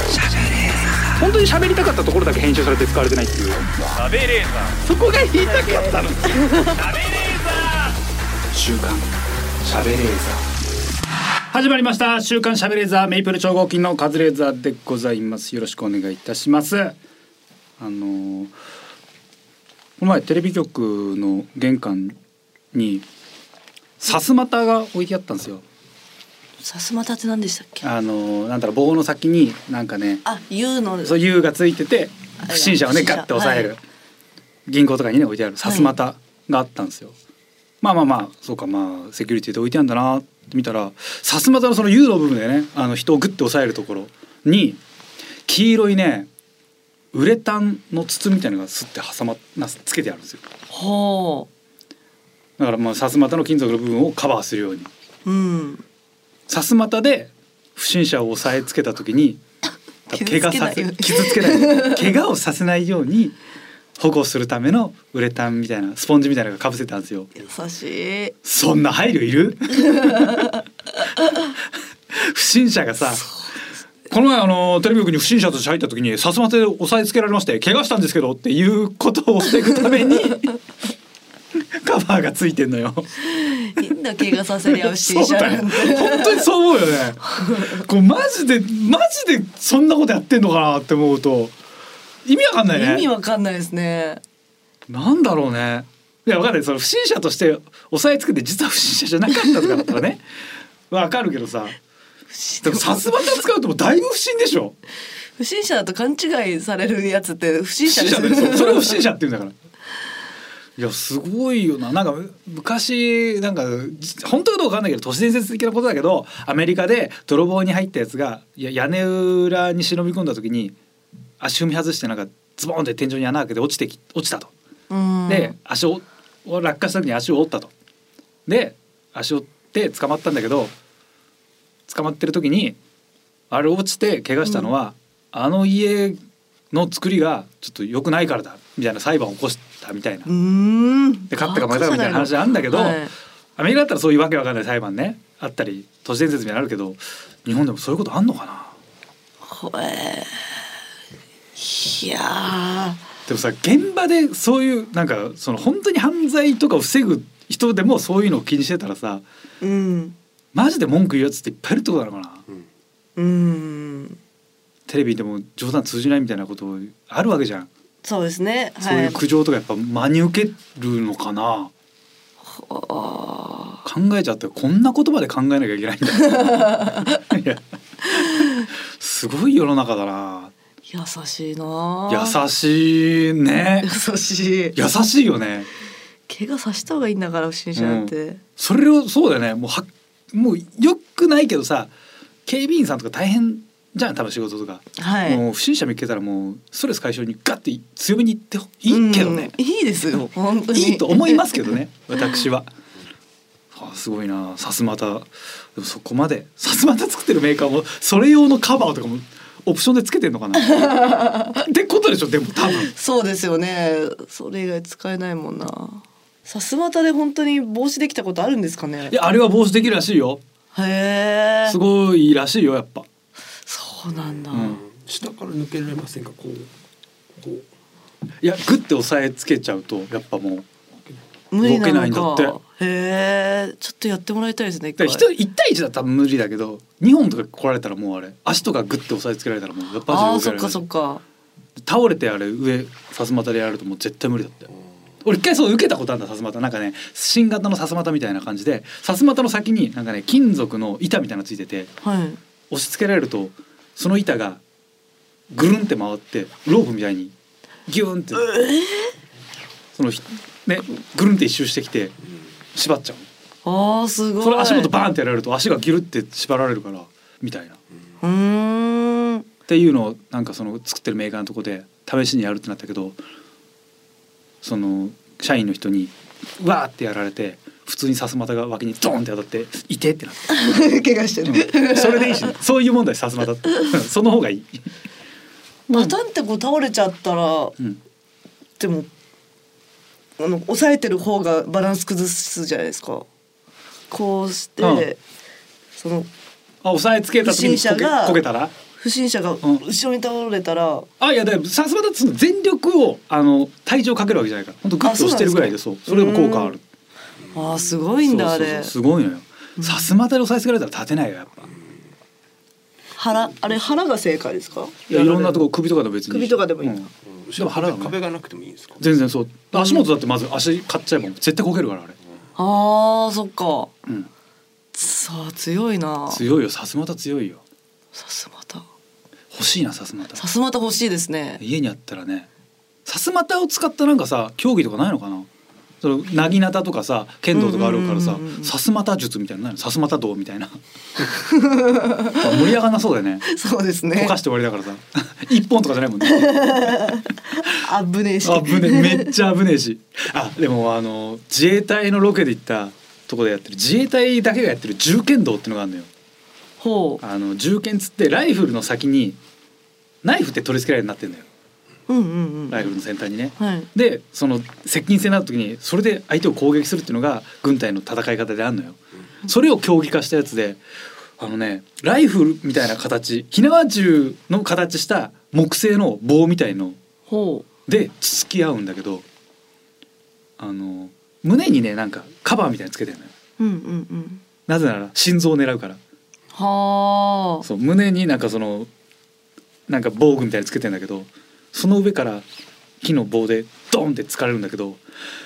本当に喋りたかったところだけ編集されて使われてないっていう。 喋れーそこが言いたかったの。 喋れー週刊喋れー始まりました週刊喋れーザー、メイプル超合金のカズレーザーでございます。よろしくお願いいたします。この前テレビ局の玄関にさすまたが置いてあったんですよ。 さすまたって何でしたっけ？ なんだろう、棒の先になんかね、 U のそう U がついてて不審者をねガッて押さえる、はい、銀行とかにね置いてあるさすまたがあったんですよ。まあそうか、まあセキュリティで置いてあるんだなって見たら、さすまたのその U の部分でね、人をグッて押さえるところに黄色いねウレタンの筒みたいなのがスッてつけてあるんですよ。 はだからまあさすまたの金属の部分をカバーするように、さすまたで不審者を押さえつけた時に傷つけない怪我をさせないように保護するためのウレタンみたいなスポンジみたいなのがかぶせてたんですよ。 優しい。 そんな配慮いる？不審者がさ、この前テレビ局に不審者として入った時にさすまたで押さえつけられまして怪我したんですけどっていうことを防ぐためにカバーがついてんのよ。 みんな怪我させりゃ不審者なんて本当にそう思うよね。こうマジでそんなことやってんのかなって思うと意味わかんないね。 意味わかんないですね。 なんだろうね。いやわかんない。その不審者として押さえつけて実は不審者じゃなかったとかだったらねわかるけどさ、でもさすまた使うともうだいぶ不審でしょ。 不審者だと勘違いされるやつって不審者ですよね。それを不審者って言うんだから。いやすごいよな。なんか昔なんか本当かどうかわかんないけど都市伝説的なことだけど、アメリカで泥棒に入ったやつが屋根裏に忍び込んだ時に足踏み外してなんかズボンって天井に穴開けて落ちたと。で足を落下した時に足を折ったと。で足を折って捕まったんだけど、捕まってる時にあれ落ちて怪我したのは、あの家の作りがちょっと良くないからだみたいな裁判を起こしたみたいな。で勝ったか負けたかみたいな話あるんだけど、はい、アメリカだったらそういうわけわかんない裁判ねあったり都市伝説みたいなのあるけど、日本でもそういうことあんのかな。 いやでもさ、現場でそういうなんかその本当に犯罪とかを防ぐ人でもそういうのを気にしてたらさ、マジで文句言うやつっていっぱいいるってことなのかな。テレビでも冗談通じないみたいなことあるわけじゃん。 そうですね、 そういう苦情とかやっぱ真に受けるのかな。考えちゃってこんな言葉で考えなきゃいけないんだ。いやすごい世の中だな。 優しいな。 優しいね。 優しいよね。 怪我させた方がいいんだから不審者なんて、 それをそうだよね。もうよくないけどさ、警備員さんとか大変じゃん多分仕事とか、もう不審者見つけたらもうストレス解消にガッて強めに行っていいけどね。 いいですよ本当にいいと思いますけどね私は。すごいなさすまた。でもそこまでさすまた作ってるメーカーもそれ用のカバーとかもオプションでつけてんのかなってことでしょ。でも多分そうですよね。それ以外使えないもんな。さすまたで本当に防止できたことあるんですかね。 いやあれは防止できるらしいよ。 へー、 すごいらしいよやっぱ。 そうなんだ、 下から抜けられませんか。こういやグッて押さえつけちゃうとやっぱもう無理動けないんだって。 へー、ちょっとやってもらいたいですね。 1対1だったら無理だけど2本とか来られたらもうあれ足とかグッて押さえつけられたらもうやっぱ動けられない。 そっか倒れてあれ上さすまたでやるともう絶対無理だって。俺一回そう受けたことあるんだ。さすまたなんかね新型のさすまたみたいな感じで、さすまたの先になんかね金属の板みたいなのついてて、押し付けられるとその板がぐるんって回ってロープみたいにギューンって、そのねぐるんって一周してきて縛っちゃう。 すごい。 それ足元バーンってやられると足がギュルって縛られるからみたいな。っていうのをなんかその作ってるメーカーのとこで試しにやるってなったけど、その社員の人にわーってやられて普通にさすまたが脇にドーンって当たっていてってなって怪我してる、 それでいいし、ね、そういう問題さすまたその方がいい。 パタンってこう倒れちゃったら、でも押さえてる方がバランス崩すじゃないですか。こうして、その押さえつけた時にこけたら不審者が後ろに倒れたら、 いやだからさすがだってその全力を体重かけるわけじゃないから本当グッと押してるぐらいでそれでも効果ある。 すごいんだあれ。 すごいのよ。さすまたで押さえつけられたら立てないよやっぱ。 腹が正解ですか？ いやいろんなとこ首とかで別に首とかでもいいんだ。 でも腹が壁がなくてもいいんですか？ 全然そう。足元だってまず足買っちゃえば絶対こけるからあれ。 そっか。さあ強いな。 強いよさすまた強いよ。 さすまた欲しいなさすまた。 さすまた欲しいですね。 家にあったらね。さすまたを使ったなんかさ競技とかないのかな。そのなぎなたとかさ剣道とかあるからささすまた術みたいなのないの？さすまた道みたいな盛り上がらなそうだよね。 そうですね。 溶かして終わりだからさ一本とかじゃないもんね危ねえしめっちゃ危ねえしでも自衛隊のロケで行ったとこでやってる自衛隊だけがやってる銃剣道っていうのがあるのよ。 ほう。 銃剣つってライフルの先にナイフって取り付けられるようになってるんだよ。ライフルの先端にね、でその接近戦になった時にそれで相手を攻撃するっていうのが軍隊の戦い方であるのよ。それを競技化したやつでライフルみたいな形火縄銃の形した木製の棒みたいのでつつき合うんだけど胸にねなんかカバーみたいにつけてるのよ。なぜなら心臓を狙うから。そう胸になんかなんか防具みたいにつけてるんだけどその上から木の棒でドンって突かれるんだけど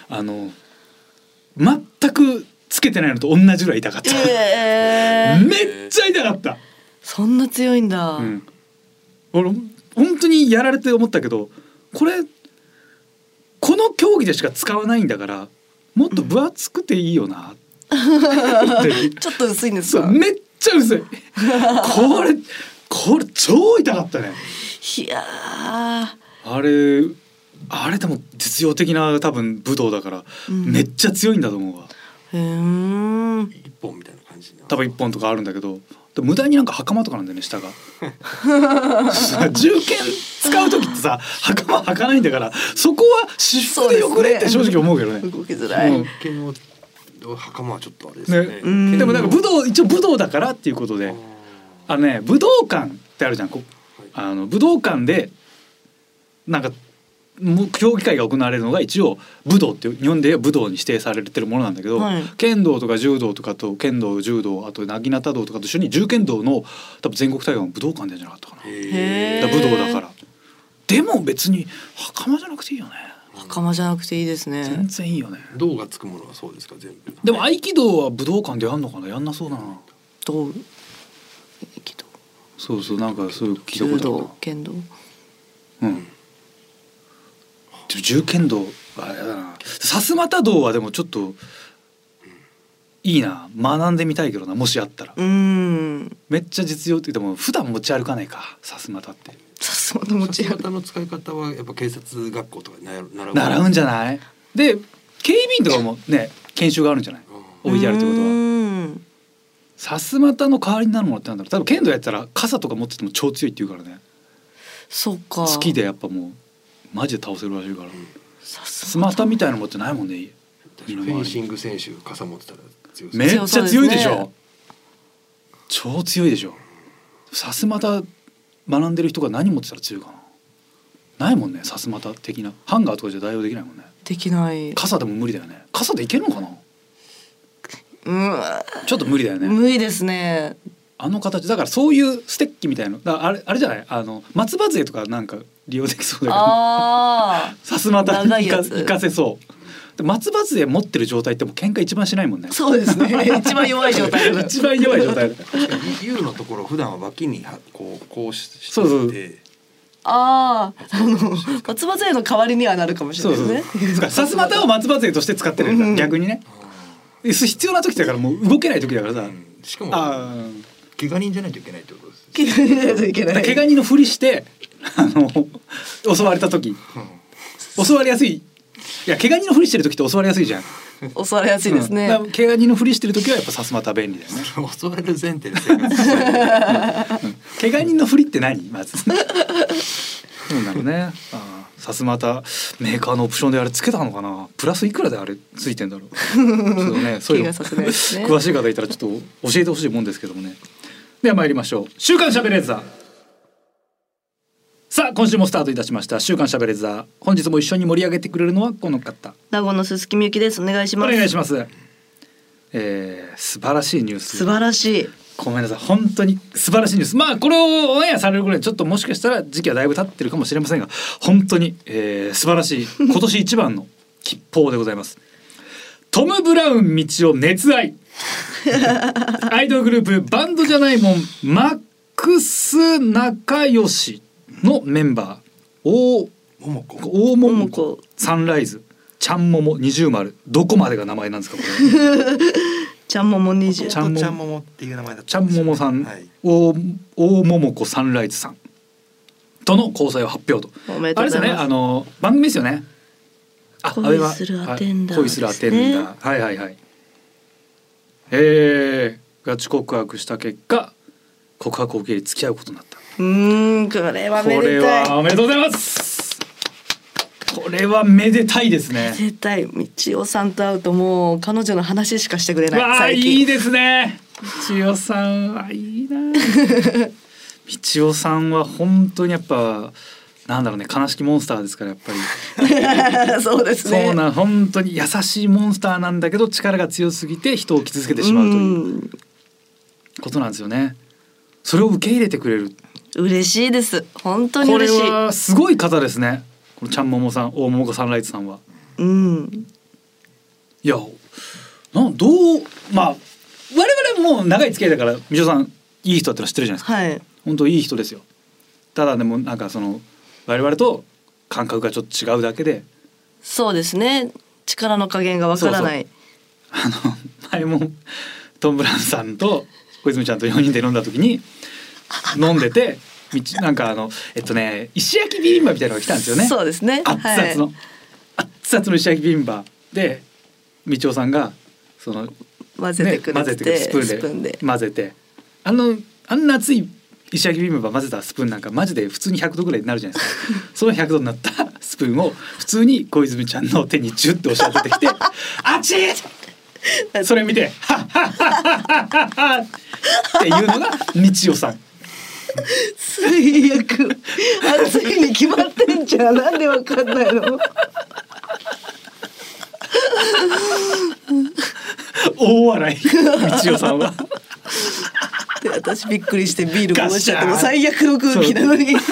全くつけてないのと同じぐらい痛かった、めっちゃ痛かった。 そんな強いんだ、 俺本当にやられて思ったけどこの競技でしか使わないんだからもっと分厚くていいよなちょっと薄いんですか？ めっちゃ薄いこれ超痛かったね。 いやあれでも実用的な多分武道だから、めっちゃ強いんだと思うわ。 一本みたいな感じ多分一本とかあるんだけど無駄になんか袴とかなんだよね下が銃剣使う時ってさ袴履かないんだからそこは私服でよくねって正直思うけどね。 動きづらい。 袴はちょっとあれですね。 でもなんか一応武道だからっていうことで武道館ってあるじゃん。武道館でなんか競技会が行われるのが一応武道って日本で武道に指定されてるものなんだけど、剣道とか柔道とかと剣道柔道あとなぎなた道とかと一緒に銃剣道の多分全国大会の武道館でじゃなかったかな。武道だから。でも別に袴じゃなくていいよね。 袴じゃなくていいですね。 全然いいよね。 道がつくものはそうですか全部。 でも合気道は武道館でやんのかな。やんなそうだな。 道合気道。 そうなんかそういう聞いたことあるな。 剣道。 銃剣道あれだな。さすまた道はでもちょっといいな。学んでみたいけどなもしあったら。めっちゃ実用って言っても普段持ち歩かないかさすまたって。 さすまた持ち歩く。の使い方はやっぱ警察学校とか習うんじゃない。で警備員とかもね研修があるんじゃない。置いてあるってことは。さすまたの代わりになるものってなんだろう。多分剣道やったら傘とか持ってても超強いって言うからね。 そっか。 好きでやっぱもうマジで倒せるらしいから。さすまたみたいなの持ってないもんね。 フェンシング選手傘持ってたら強い。 めっちゃ強いでしょ。超強いでしょ。さすまた学んでる人が何持ってたら強いかな。ないもんね。さすまた的なハンガーとかじゃ代用できないもんね。 できない。 傘でも無理だよね。傘でいけるのかな。ちょっと無理だよね。 無理ですね。 形だからそういうステッキみたいなあれじゃない松葉杖とかなんか利用できそうだけどさすまた生かせそう。松葉杖持ってる状態ってもう喧嘩一番しないもんね。 そうですね一番弱い状態一番弱い状態優のところ普段は脇にこうしてそう松葉杖の代わりにはなるかもしれないですね。 さすまたを松葉杖として使ってるんだ、逆にね。必要な時だからもう動けない時だからさ、 しかも怪我人じゃないといけないってことです。 怪我人じゃないといけない。 怪我人のふりして襲われた時、襲われやすい。いや怪我人のふりしてる時って襲われやすいじゃん。 襲われやすいですね。 怪我人のふりしてる時はやっぱさすまた便利だよね。 襲われる前提で生活怪我人のふりって何まず。そうなのね。さすまたメーカーのオプションであれつけたのかな。プラスいくらであれついてんだろう。そういうの詳しい方いたらちょっと教えてほしいもんですけどもね。では参りましょう。週刊しゃべれーザー。 さあ今週もスタートいたしました週刊しゃべれーザー。本日も一緒に盛り上げてくれるのはこの方、 名護の鈴木みゆきです。お願いします。 お願いします。素晴らしいニュース。 素晴らしい。 ごめんなさい、本当に素晴らしいニュース。まあこれをオンエアされるぐらいちょっともしかしたら時期はだいぶ経ってるかもしれませんが、本当に、素晴らしい今年一番の吉報でございます。トム・ブラウン道夫熱愛アイドルグループバンドじゃないもんマックス仲良しのメンバー大桃子サンライズちゃんもも20どこまでが名前なんですかこれちゃんもも20 ちゃんももっていう名前だったちゃんももさん、 はい、 大桃子サンライズさんとの交際を発表と。 おめでとうございます。 あれですよね、番組ですよね。 恋するアテンダー、 恋するアテンダー、はいはいはい。ガチ告白した結果告白を受け入れ付き合うことになった。 これはめこれでたい。 はおめでとうございます。これはめでたいですね。 めでたい。道夫さんと会うともう彼女の話しかしてくれない。 わあ最近いいですね。道夫さんはいいな。道夫さんは本当にやっぱなんだろうね、悲しきモンスターですからやっぱりそうですね。 そうな、本当に優しいモンスターなんだけど力が強すぎて人を傷つけてしまうということなんですよね。それを受け入れてくれる、 嬉しいです。本当に嬉しい。 これはすごい方ですね。このちゃんももさん、大桃子サンライズさんは。いやどうまあ我々も長い付き合いだからみちおさんいい人だったら知ってるじゃないですか。 はい。 本当いい人ですよ。ただでもなんかその我々と感覚がちょっと違うだけで。 そうですね。力の加減がわからない。 前もトム・ブラウンさんと小泉ちゃんと4人で飲んだ時に飲んでてなんか石焼きビビンバみたいなのが来たんですよね。 そうですね。 熱々の、熱々の石焼きビビンバでみちおさんがその混ぜてくれて、 スプーンで混ぜてあんな熱い石焼きビビンバ混ぜたスプーンなんかマジで普通に100度ぐらいになるじゃないですか。その100度になったスプーンを普通に小泉ちゃんの手にジュッて押し当ててきてあちーそれ見てハッハッハッハッハッっていうのが道夫さん。 最悪。熱いに決まってんじゃん。なんでわかんないの。 大笑い道夫さんは。 で私びっくりしてビールこぼしちゃっても最悪の空気なのに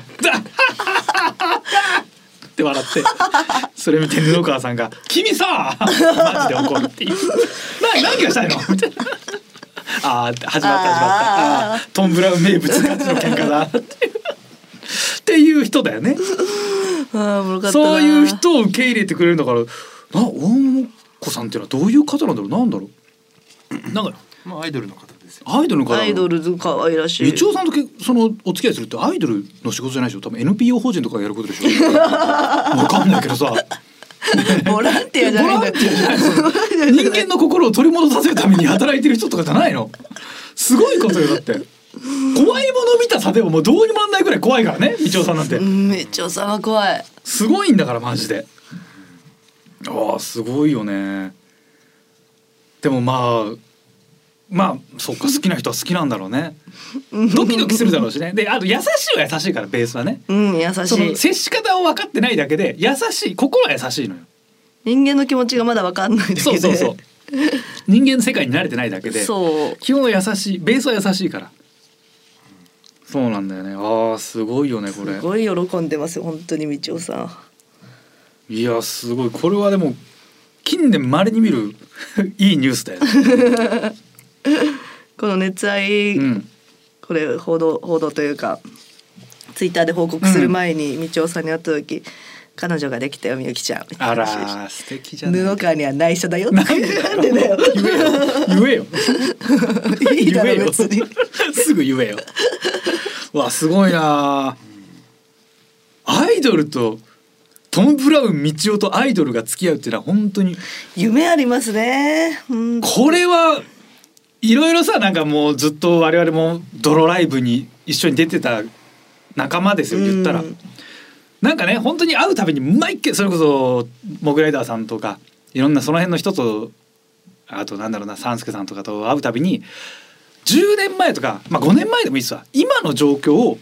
って笑ってそれ見て布川さんが「君さマジで怒る」っていう何がしたいのみたいな。始まったトム・ブラウン名物ガチの喧嘩だっていう人だよね。そういう人を受け入れてくれるんだから大桃子さんっていうのはどういう方なんだろう。なんだろうなんか、 まあ、アイドルの方ですよ。 アイドルの方。 アイドル可愛らしい。 道夫さんとそのお付き合いするってアイドルの仕事じゃないでしょ。多分 NPO 法人とかやることでしょ。わかんないけどさ。 ボランティアじゃないんだ。 人間の心を取り戻させるために働いてる人とかじゃないの。すごいことよ。だって怖いもの見たさでももうどうにもなんないぐらい怖いからね道夫さんなんて。 道夫さんは怖い。 すごいんだからマジで。すごいよね。でもまあそうか、好きな人は好きなんだろうね。ドキドキするだろうしね。であと優しいは優しいからベースはね。 優しい。 その接し方を分かってないだけで優しい、心は優しいのよ。 人間の気持ちがまだ分かんないだけで。 そう人間の世界に慣れてないだけでそう基本は優しい、ベースは優しいから。そうなんだよね。すごいよねこれ。 すごい喜んでますよ本当に道夫さん。 いやすごい。これはでも近年稀に見るいいニュースだよね。 この熱愛、これ報道というかツイッターで報告する前に道夫さんに会った時、彼女ができたよみゆきちゃん。 あら素敵じゃない。 布川には内緒だよって。なんでだよ。 言えよ。 いいだろ別に。 すぐ言えよ。わすごいな。アイドルとトム・ブラウン道夫とアイドルが付き合うっていうのは本当に夢ありますね。 これはいろいろさ、なんかもうずっと我々も泥ライブに一緒に出てた仲間ですよ言ったら。なんかね本当に会うたびに毎回それこそモグライダーさんとかいろんなその辺の人と、あとなんだろうなサンスケさんとかと会うたびに10年前とか、5年前でもいいっすわ、今の状況を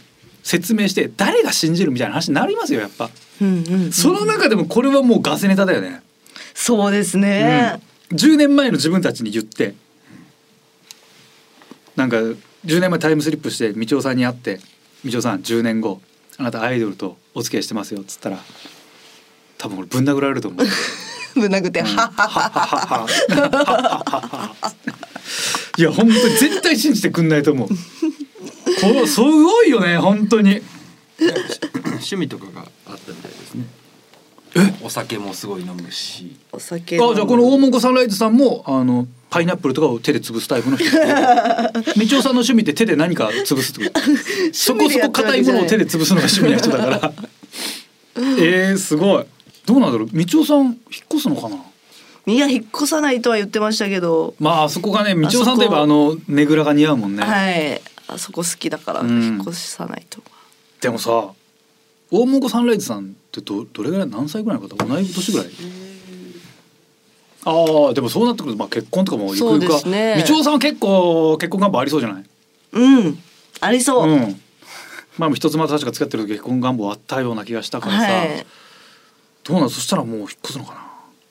説明して誰が信じるみたいな話になりますよやっぱ、 うんうんうん、 その中でもこれはもうガセネタだよね。 そうですね、 10年前の自分たちに言ってなんか10年前タイムスリップしてみちおさんに会ってみちおさん10年後あなたアイドルとお付き合いしてますよっつったら多分俺ぶん殴られると思うぶん殴って、はっはっはっいや本当に絶対信じてくんないと思うこれすごいよね本当に趣味とかがあったみたいですね。お酒もすごい飲むし。 お酒じゃあこの大門子サンライズさんもパイナップルとかを手で潰すタイプの人みちおさんの趣味って手で何か潰すってことそこそこ硬いものを手で潰すのが趣味な人だからすごい。どうなんだろうみちおさん引っ越すのかな。 いや引っ越さないとは言ってましたけど、 まああそこがねみちおさんといえばねぐらが似合うもんね。 はいあそこ好きだから引っ越さないと、 でもさ大門子サンライズさんってどれぐらい何歳ぐらいの方同い年ぐらい。ああでもそうなってくると、まあ、結婚とかもゆくゆくは、ね、みちおさんは結構結婚願望ありそうじゃない。 うんありそう、 まあ一つまた確か付き合ってる時結婚願望あったような気がしたからさ、はい、どうなんそしたらもう引っ越すのかな。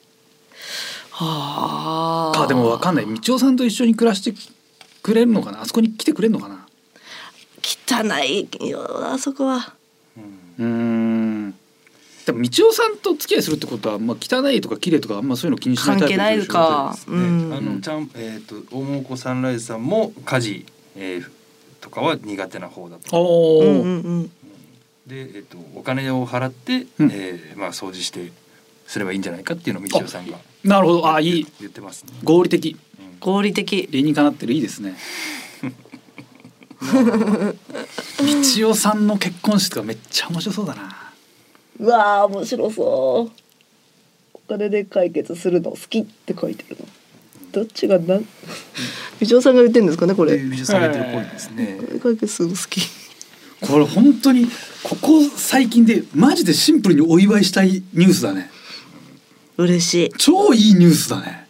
でも分かんないみちおさんと一緒に暮らしてくれるのかなあそこに来てくれるのかな。 汚いよあそこは。 でもみちおさんと付き合いするってことは、まあ、汚いとか綺麗とかあんまそういうの気にしないタイプでしょ。関係ないか、 大門子サンライズさんも家事、とかは苦手な方だと。で、お金を払って、まあ、掃除してすればいいんじゃないかっていうのをみちおさんがなるほどいい言ってますね。 合理的、 合理的理にかなってるいいですねみちおさんの結婚式とかめっちゃ面白そうだな。 うわー面白そう。お金で解決するの好きって書いてるのどっちがみちおさんが言ってるんですかねこれ。 みちおさんが言ってるっぽいですね。 解決するの好き。 これ本当にここ最近でマジでシンプルにお祝いしたいニュースだね。 嬉しい。 超いいニュースだね。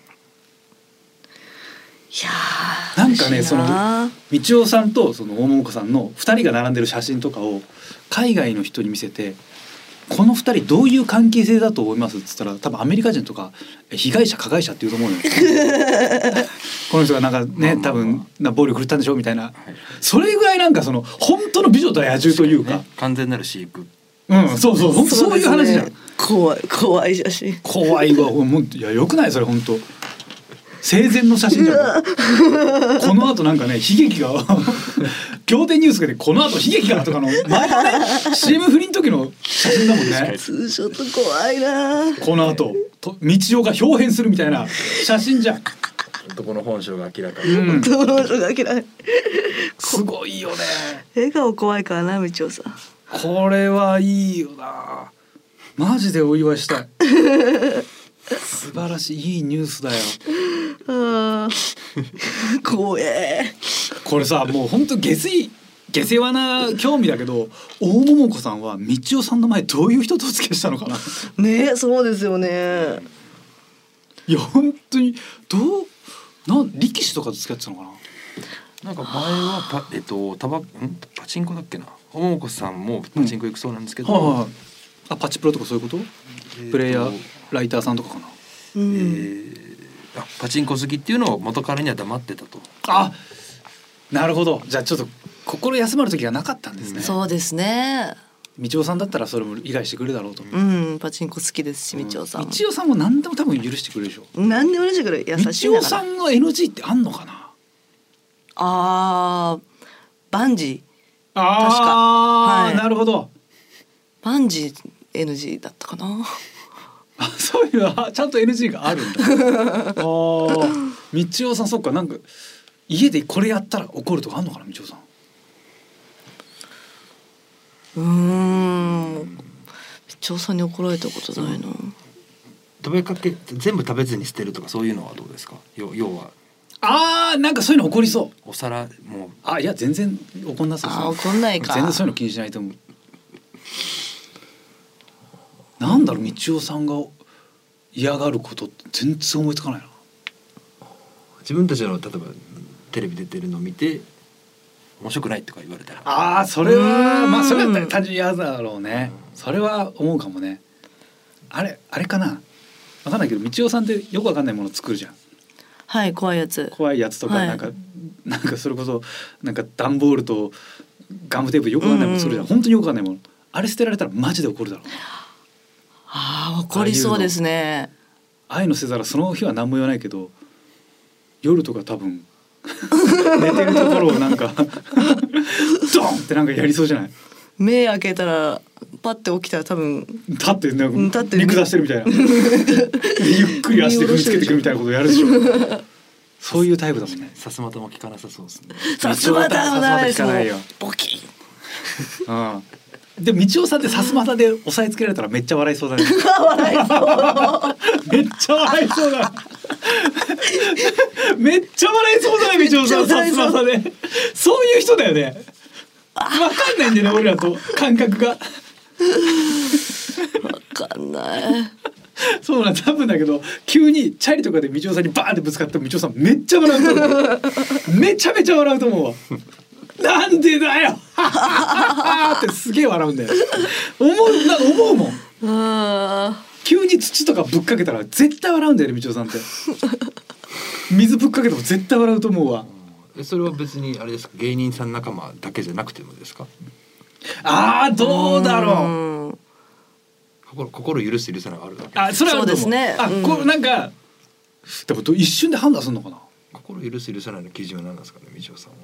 いやなんかねそのみちおさんとその大桃子さんの2人が並んでる写真とかを海外の人に見せてこの2人どういう関係性だと思いますっつったら多分アメリカ人とか被害者加害者って言うと思うのよこの人がなんかね多分暴力振るったんでしょみたいな、それぐらいなんかその本当の美女と野獣というか、 完全なる飼育、 そうそう本当そういう話じゃん。 怖い写真。 怖いわもういやよくないそれ本当。生前の写真じゃんこの後なんかね悲劇が仰天ニュースでこの後悲劇がとかの前のね CM 不倫の時の写真だもんね。 ツーショット怖いな。 この後みちおが表変するみたいな写真じゃん。 男の本性が明らかに、男の本性が明らかにすごいよね。 笑顔怖いからなみちおさん。 これはいいよなマジでお祝いしたい素晴らしいいいニュースだよ。 怖え。 これさもう本当下世話な興味だけど大桃子さんはみちおさんの前どういう人とお付き合いしたのかなね。そうですよね。 いや本当に力士とかと付き合ってたのかな。 なんか前はパチンコだっけな。大桃子さんもパチンコ行くそうなんですけど、 パチプロとかそういうこと、プレイヤーライターさんとかかな。 パチンコ好きっていうのを元彼には黙ってたと。 なるほど。じゃあちょっと心休まる時がなかったんですね。 そうですね。 みちおさんだったらそれも理解してくれるだろうと。 パチンコ好きですしみちおさん。 みちおさんも何でも多分許してくれるでしょ。 何でも許してくれる。優しい。 みちおさんの NG ってあんのかな。 バンジー。確か。なるほど。 バンジー NG だったかな。 そういうのちゃんと NG があるんだ。みちおさんそっかなんか家でこれやったら怒るとかあんのかなみちおさん。 みちおさんに怒られたことないな。 全部食べずに捨てるとかそういうのはどうですか。要はなんかそういうの起こりそう。 お皿もいや全然怒んなさそう。 怒んないか。 全然そういうの気にしないと思う。なんだろうみちおさんが嫌がることって全然思いつかないな。 自分たちの例えばテレビ出てるのを見て面白くないとか言われたら、 ああそれはまあそれは単純に嫌だろうね。それは思うかもね。あれかな、わかんないけど道夫さんってよくわかんないもの作るじゃん。 はい、怖いやつ。 怖いやつとか、 はい、 なんかそれこそなんか段ボールとガムテープよくわかんないものするじゃん、本当によくわかんないもの。あれ捨てられたらマジで怒るだろうね。 ああ、怒りそうですね。 ああいうの捨てたらその日は何も言わないけど、夜とか多分寝てるところをなんかドンってなんかやりそうじゃない。 目開けたらパッて起きたら多分立ってなんか立って肉出してるみたいなゆっくり足で踏みつけていくみたいなことをやるでしょそういうタイプだもんね。 さすまたも効かなさそうですね。 さすまたもないです。 さすまた効かないよ。 ボキうん。でも道夫さんってさすまたで押さえつけられたらめっちゃ笑いそうだね笑いそうめっちゃ笑いそうだめっちゃ笑いそうだね道夫さん、さすまたで。そういう人だよね。わかんないんだよね俺らと感覚が。 わかんない。 そうなん多分だけど急にチャリとかで道夫さんにバーンってぶつかっても道夫さんめっちゃ笑うと思うめちゃめちゃ笑うと思うわなんでだよってすげえ笑うんだよ。なんか思うもん。急に土とかぶっかけたら絶対笑うんだよね道夫さんって水ぶっかけても絶対笑うと思うわ。 それは別にあれですか、芸人さん仲間だけじゃなくてもですか。 あーどうだろう。 心許す許さないがあるわけ。 あそれはあると思う。 そうですね。 あこうなんかでも一瞬で判断するのかな。 心許す許さないの基準は何なんですかね道夫さんは。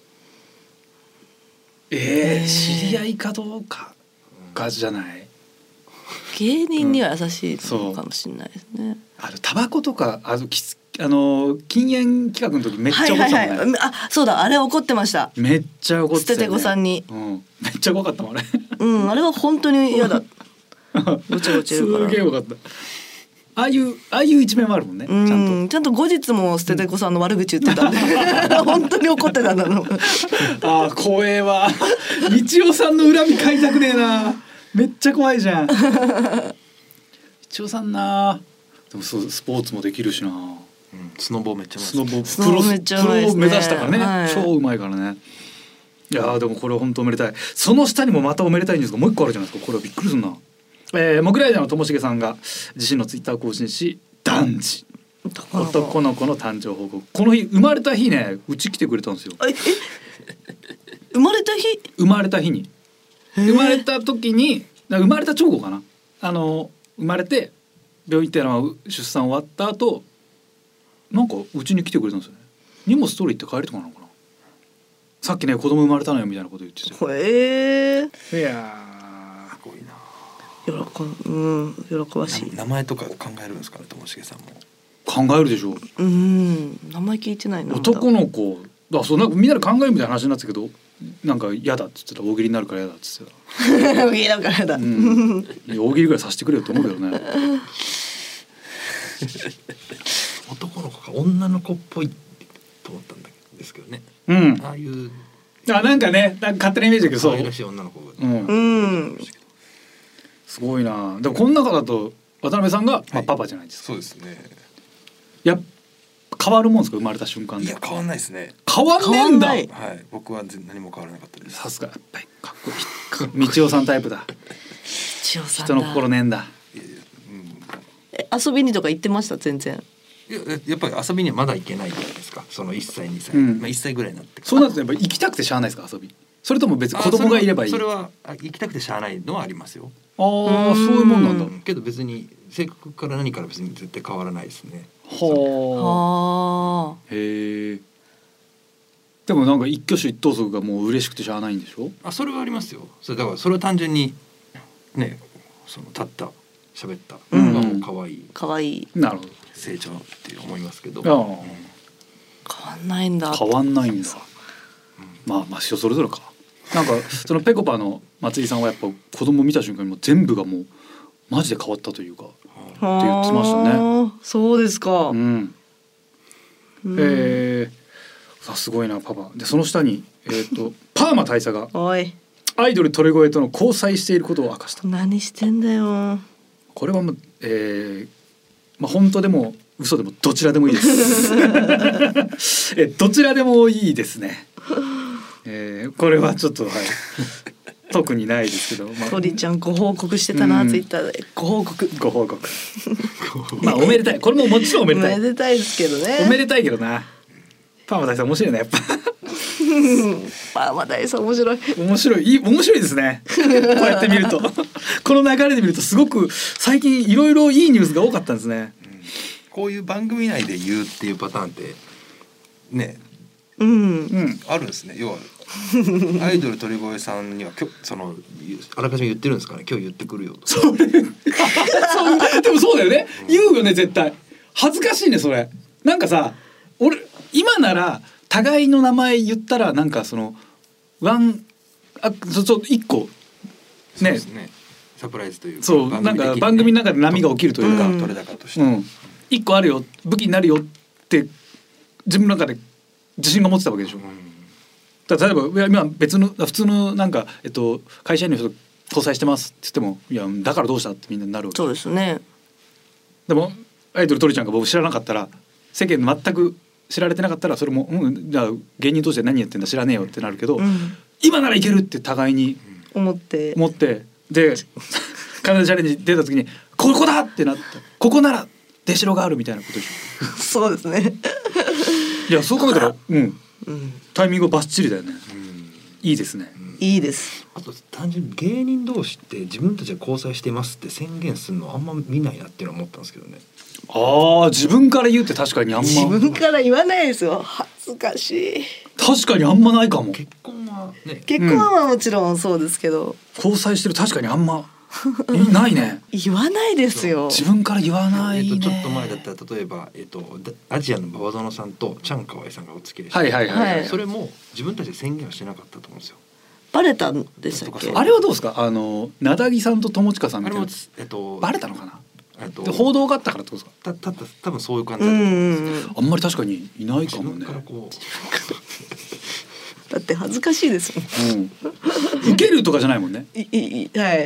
知り合いかどうかがじゃない。 芸人には優しいのかもしれないですね。 タバコとか禁煙企画の時めっちゃ怒ってたもんね。 あそうだ、あれ怒ってました。 めっちゃ怒ってたよね。 捨ててこさんに、 めっちゃ怖かったもんあれあれは本当に嫌だごちゃごちゃ言うからすげえよかった。ああいう一面もあるもんね。ちゃんと後日も捨ててこさんの悪口言ってたんで本当に怒ってたんだろうあ怖えわ道夫さんの恨み買いたくねえな。めっちゃ怖いじゃん道夫さんな。でもそうスポーツもできるしな、 スノボめっちゃスノボスノボめっちゃうまいですね。 プロを目指したからね、 はい、 超うまいからね。いやでもこれ本当おめでたい。その下にもまたおめでたいんですがもう一個あるじゃないですか。これはびっくりするな。モグライダーのともしげさんが自身のツイッターを更新し男児男の子の誕生報告。この日生まれた日ねうち来てくれたんですよ。 生まれた日に生まれた時に生まれた直後かな。生まれて病院行って出産終わった後なんかうちに来てくれたんですよね。荷物取り行って帰るとかなのかな。さっきね子供生まれたのよみたいなこと言ってて。いやすごいな。 喜ばしい。 名前とか考えるんですかねともしげさんも。 考えるでしょ。 名前聞いてないな。 男の子だそうなんかみんなで考えるみたいな話になってたけどなんか嫌だっつってた。大喜利になるから嫌だっつってた大喜利だから嫌だ、 大喜利ぐらいさせてくれよと思うけどね男の子か女の子っぽいと思ったんですけどね。ああいうなんかねなんか勝手なイメージだけどそう可愛らしい女の子が、 すごいな。でもこの中だと渡辺さんが、パパじゃないですか。 そうですね。 変わるもんですか生まれた瞬間で。 いや変わんないですね。 変わんねえんだ。 はい僕は何も変わらなかったです。 さすがやっぱりかっこいい道夫さんタイプだ。人の心ねえんだ。 遊びにとか行ってました全然。 やっぱり遊びにはまだ行けないじゃないですか。その1歳2歳、1歳ぐらいになってそうなるとやっぱ行きたくてしゃあないですか遊び。それとも別に子供がいればいい。 それは行きたくてしゃあないのはありますよ。 そういうもんなんだ。 けど別に性格から何から別に絶対変わらないですね。 はあ。へえ。でもなんか一挙手一投足がもう嬉しくてしゃあないんでしょ。 それはありますよ。だからそれは単純にねその立った喋ったのがもう可愛い。 なるほど。 成長って思いますけど。 変わんないんだ。 変わんないんだ。まあ人それぞれか。なんかそのぺこぱの松井さんはやっぱ子供見た瞬間にもう全部がもうマジで変わったというかって言ってましたね。 そうですか。 さすごいなパパ。でその下にパーマ大佐がおいアイドル鳥越との交際していることを明かした。 何してんだよ。 これはもう本当でも嘘でもどちらでもいいですどちらでもいいですね。 これはちょっとはい特にないですけど、 鳥ちゃんご報告してたな、ツイッターでご報告まあおめでたい、これももちろんおめでたい、 おめでたいですけどね、 おめでたいけどな。パーマ大佐面白いねやっぱパーマ大佐面白い面白いですねこうやって見るとこの流れで見るとすごく最近いろいろいいニュースが多かったんですね、 こういう番組内で言うっていうパターンってね、あるんですね。要はアイドル鳥越さんにはそのあらかじめ言ってるんですかね、今日言ってくるよと。 それでもそうだよね、言うよね絶対。恥ずかしいねそれ。なんかさ、俺今なら互いの名前言ったらなんかその一個ね、 サプライズというか、 そうなんか番組の中で波が起きるというか、 取れ高として、 一個あるよ、武器になるよって自分の中で自信が持ってたわけでしょ。例えば今別の普通のなんか、会社員の人と交際してますって言っても、いやだからどうしたってみんなになるわけ。 そうですね。 でもアイドル鳥ちゃんが僕知らなかったら、世間全く知られてなかったらそれも、じゃあ芸人として何やってんだ知らねえよってなるけど、今ならいけるって互いに思ってでカナダチャレンジ出た時にここだってなって、ここなら出城があるみたいなことでしょそうですね。 いやそう考えたらタイミングバッチリだよね、いいですね、 いいです。 あと単純に芸人同士って自分たちが交際していますって宣言するのあんま見ないなっていうのは思ったんですけどね。 自分から言うって確かにあんま、 自分から言わないですよ、恥ずかしい。 確かにあんまないかも。 結婚はね、 結婚はもちろんそうですけど、 交際してる確かにあんまないね言わないですよ、 自分から言わないね。 ちょっと前だったら例えば、アジアの馬場園さんとチャンカワイさんがお付き合いして、それも自分たちで宣言はしてなかったと思うんですよ。 バレたんでしたっけ。 あれはどうですか、なだぎさんと友近さんみたいな、バレたのかな、報道があったからってことですか。 多分そういう感じだと思うんですよ。 あんまり確かにいないかもね。 だって恥ずかしいですもん、 受けるとかじゃないもんね。 はい。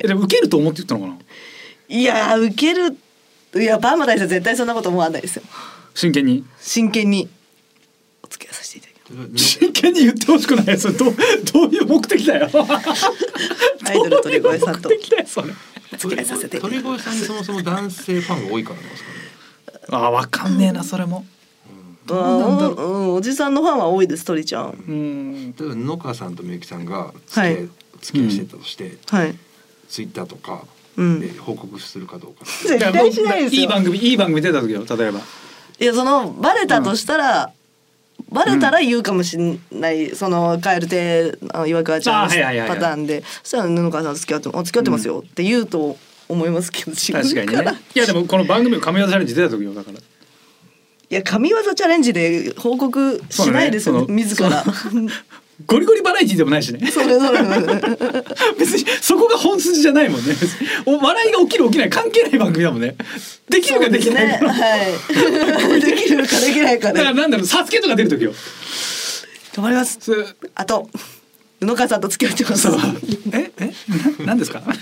でも受けると思って言ったのかな。 いや受ける、いやパーマ大佐絶対そんなこと思わないですよ。真剣にお付き合いさせていただきます。 真剣に言ってほしくない。それどういう目的だよアイドル鳥越さんと目的だよそれ。 お付き合いさせていただきます。 鳥越さんにそもそも男性ファンが多いからなんですかね。 わかんねえなそれも。 おじさんのファンは多いです。鳥ちゃん。 例えば野川さんとみゆきさんが付き合いしてたとして、ツイッターとかで報告するかどうか。 絶対しないですよ。 いい番組出た時よ、例えば。 いやバレたとしたら、バレたら言うかもしれない、その蛙亭岩川ちゃんのパターンで、そしたら野川さん付き合ってますよって言うと思いますけど、 確かにね。いやでもこの番組神業チャレンジ出た時よ、だから。 いや神業チャレンジで報告しないですよ、自らゴリゴリバラエティでもないしね。別にそこが本筋じゃないもんね。笑いが起きる起きない関係ない番組だもんね。できるかできないか、 できるかできないかだからなんだろう、サスケとか出る時よ。 頑張ります。あと野川さんと付き合ってます。 何ですか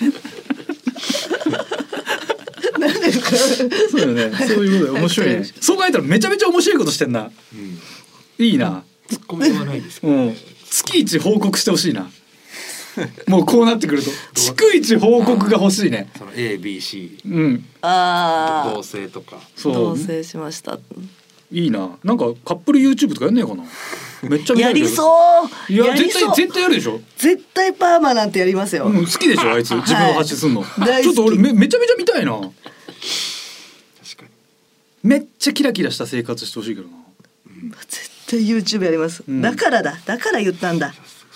何ですか。 そうよね。そういうことで面白いね。そう考えたらめちゃめちゃ面白いことしてんな。いいな。 ツッコミはないですけどね。 月一報告してほしいな。もうこうなってくると逐一報告が欲しいね。 その A、B、C、同棲とか。 同棲しました。 いいな。なんかカップル YouTube とかやんねえかな。めっちゃやりそう。 いや絶対やるでしょ。 絶対パーマなんてやりますよ。 好きでしょあいつ、自分を発信するの。ちょっと俺めちゃめちゃ見たいな。確かに。めっちゃキラキラした生活してほしいけどな。 絶対 YouTube やります。だから言ったんだ。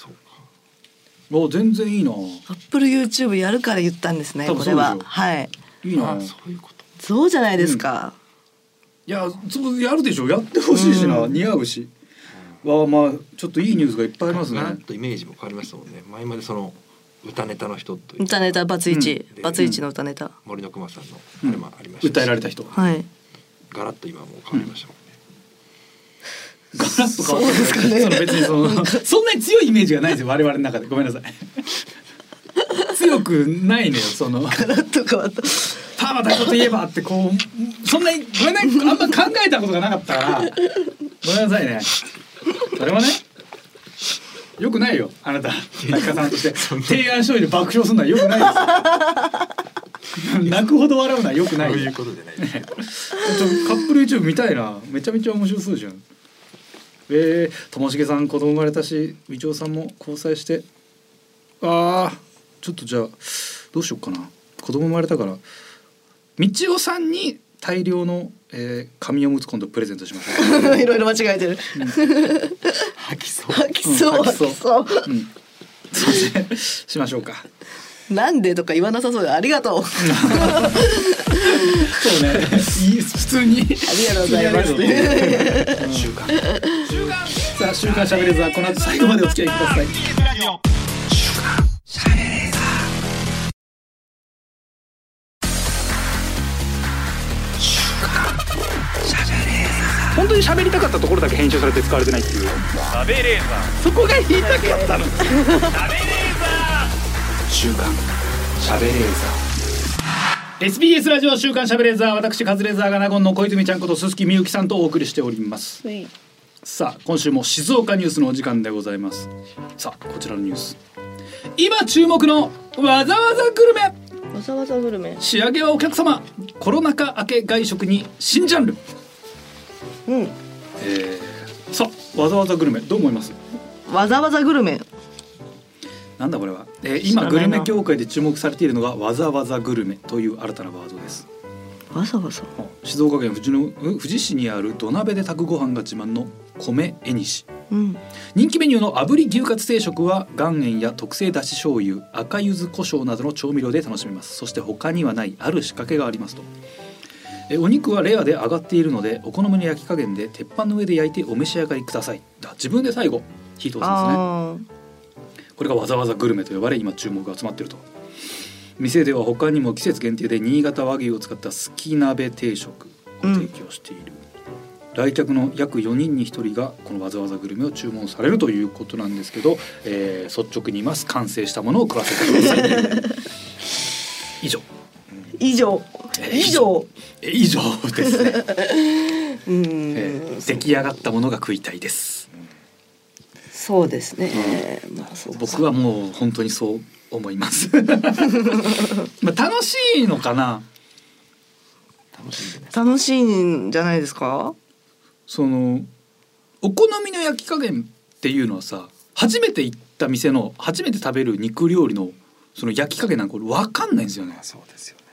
全然いいな。 アップル YouTube やるから言ったんですね。これはいいな。 そういうこと。 そうじゃないですか。 いややるでしょ。やってほしいしな、似合うし。まあちょっといいニュースがいっぱいありますね。 とイメージも変わりましたもんね。前までその歌ネタの人と歌ネタバツイチの歌ネタ、 森の熊さんのあれもありました。 訴えられた人。 ガラッと今も変わりましたもんね。 ガラッと変わった。そうですかね。別にそんなに強いイメージがないですよ、我々の中で。ごめんなさい。強くないのよ、ガラッと変わった。 パーマ大佐といえばってそんなにごめんね、あんま考えたことがなかったからごめんなさいね。それはね。 よくないよあなた作家さんとして提案書で爆笑するのはよくないです泣くほど笑うのはよくないそういうことでないカップル YouTube 見たいな。めちゃめちゃ面白そうじゃん。ともしげさん子供生まれたし、みちおさんも交際して、ちょっとじゃあどうしようかな。子供生まれたからみちおさんに大量の、紙おむつ今度プレゼントしましょう。 いろいろ間違えてる。 吐きそう吐きそう吐きそう。 そうしましょうか。 なんでとか言わなさそうでありがとう。 そうね。普通に。ありがとうございます。 週刊。 さあ週刊しゃべれーザーこの後最後までお付き合いください。本当に喋りたかったところだけ編集されて使われてないっていう。しゃべれーザー。そこが言いたかったの。しゃべれーザー。週刊しゃべれーザー。SBS ラジオ週刊しゃべれーザー、私カズレーザーが納言の小泉ちゃんこと鈴木みゆきさんとお送りしております。さあ今週も静岡ニュースのお時間でございます。さあこちらのニュース、今注目のわざわざグルメ。 わざわざグルメ。 仕上げはお客様、コロナ禍明け外食に新ジャンル。さあわざわざグルメどう思います？ わざわざグルメなんだこれは、今グルメ業界で注目されているのがわざわざグルメという新たなワードです。 わざわざ。 静岡県富士市にある土鍋で炊くご飯が自慢の米えにし、人気メニューの炙り牛カツ定食は岩塩や特製だし醤油、赤柚子胡椒などの調味料で楽しめます。そして他にはないある仕掛けがありますと。お肉はレアで揚がっているのでお好みの焼き加減で鉄板の上で焼いてお召し上がりください。自分で最後火通すんですね。これがわざわざグルメと呼ばれ今注目が集まっていると。店では他にも季節限定で新潟和牛を使ったすき鍋定食を提供している、来客の約4人に1人がこのわざわざグルメを注文されるということなんですけど、率直に言います。完成したものを食わせてください。以上ですね。出来上がったものが食いたいです。 そうですね、 僕はもう本当にそう思います。楽しいのかな。 楽しいんじゃないですか。 そのお好みの焼き加減っていうのはさ、初めて行った店の初めて食べる肉料理のその焼き加減なんか分かんないんですよね。 そうですよね。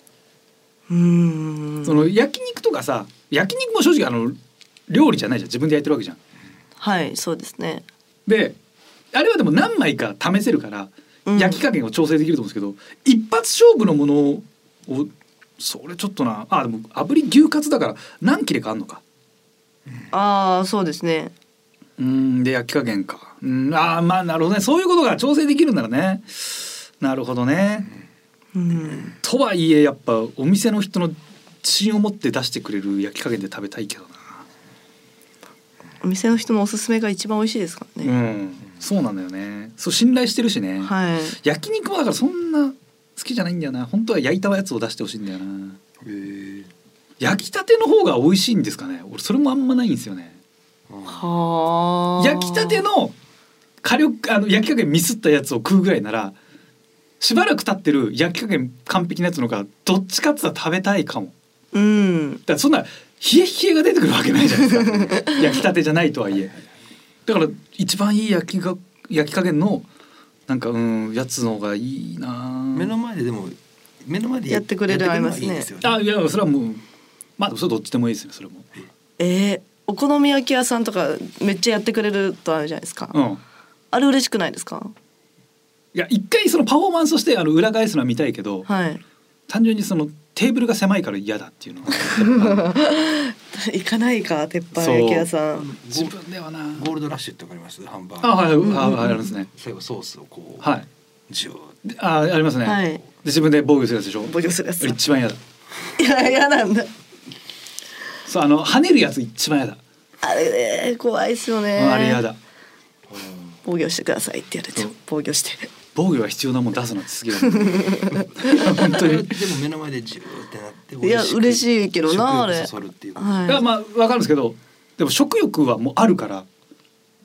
その焼肉とかさ、焼肉も正直料理じゃないじゃん、自分で焼いてるわけじゃん。 はい、そうですね。 であれはでも何枚か試せるから、焼き加減を調整できると思うんですけど、一発勝負のものをそれちょっとな。でも炙り牛カツだから何切れかあんのか。 そうですね。 で焼き加減か。まあなるほどね。そういうことが調整できるんならね。なるほどね。とはいえやっぱお店の人の自信を持って出してくれる焼き加減で食べたいけどな。 お店の人のおすすめが一番美味しいですからね。 そうなんだよね。そう信頼してるしね。焼肉もだからそんな好きじゃないんだよな。本当は焼いたやつを出してほしいんだよな。焼きたての方が美味しいんですかね。俺それもあんまないんですよね。焼きたての火力焼き加減ミスったやつを食うぐらいなら、しばらく経ってる焼き加減完璧なやつの方がどっちかって言ったら食べたいかも。だからそんな冷え冷えが出てくるわけないじゃないですか。焼きたてじゃないとはいえ。だから一番いい焼き加減のなんかやつの方がいいな。 目の前でやってくれるありますね。 いやそれはもうそれどっちでもいいですよ。それも。 お好み焼き屋さんとかめっちゃやってくれるとあるじゃないですか。あれ嬉しくないですか。 いや一回そのパフォーマンスとして裏返すのは見たいけど、単純にそのテーブルが狭いから嫌だっていうのは行かないか。鉄板焼き屋さん自分ではな。 ゴールドラッシュってわかります？ハンバーガー。 ありますね。 最後ソースをこうジューありますね。で自分で防御するやつでしょ。 防御するやつ一番嫌だ。 嫌なんだ。 そう跳ねるやつ一番嫌だ。あれ怖いですよね。 あれ嫌だ。 防御してくださいって言われて防御して。 防御が必要なもん出すなってすげえ。本当に。 でも目の前でジューってなっていや嬉しいけどなあれ。 分かるんですけど、でも食欲はもうあるから。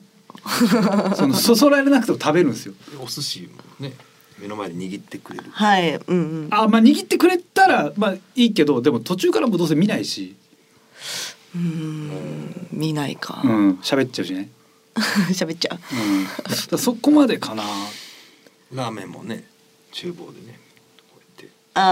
そのそそられなくても食べるんですよ。 お寿司もね目の前で握ってくれる。 はい、うんうん。 まあ握ってくれたらまあいいけど、でも途中からもどうせ見ないし。 見ないか。 喋っちゃうしね。 喋っちゃう。そこまでかな。 ラーメンもね厨房でねこうやって。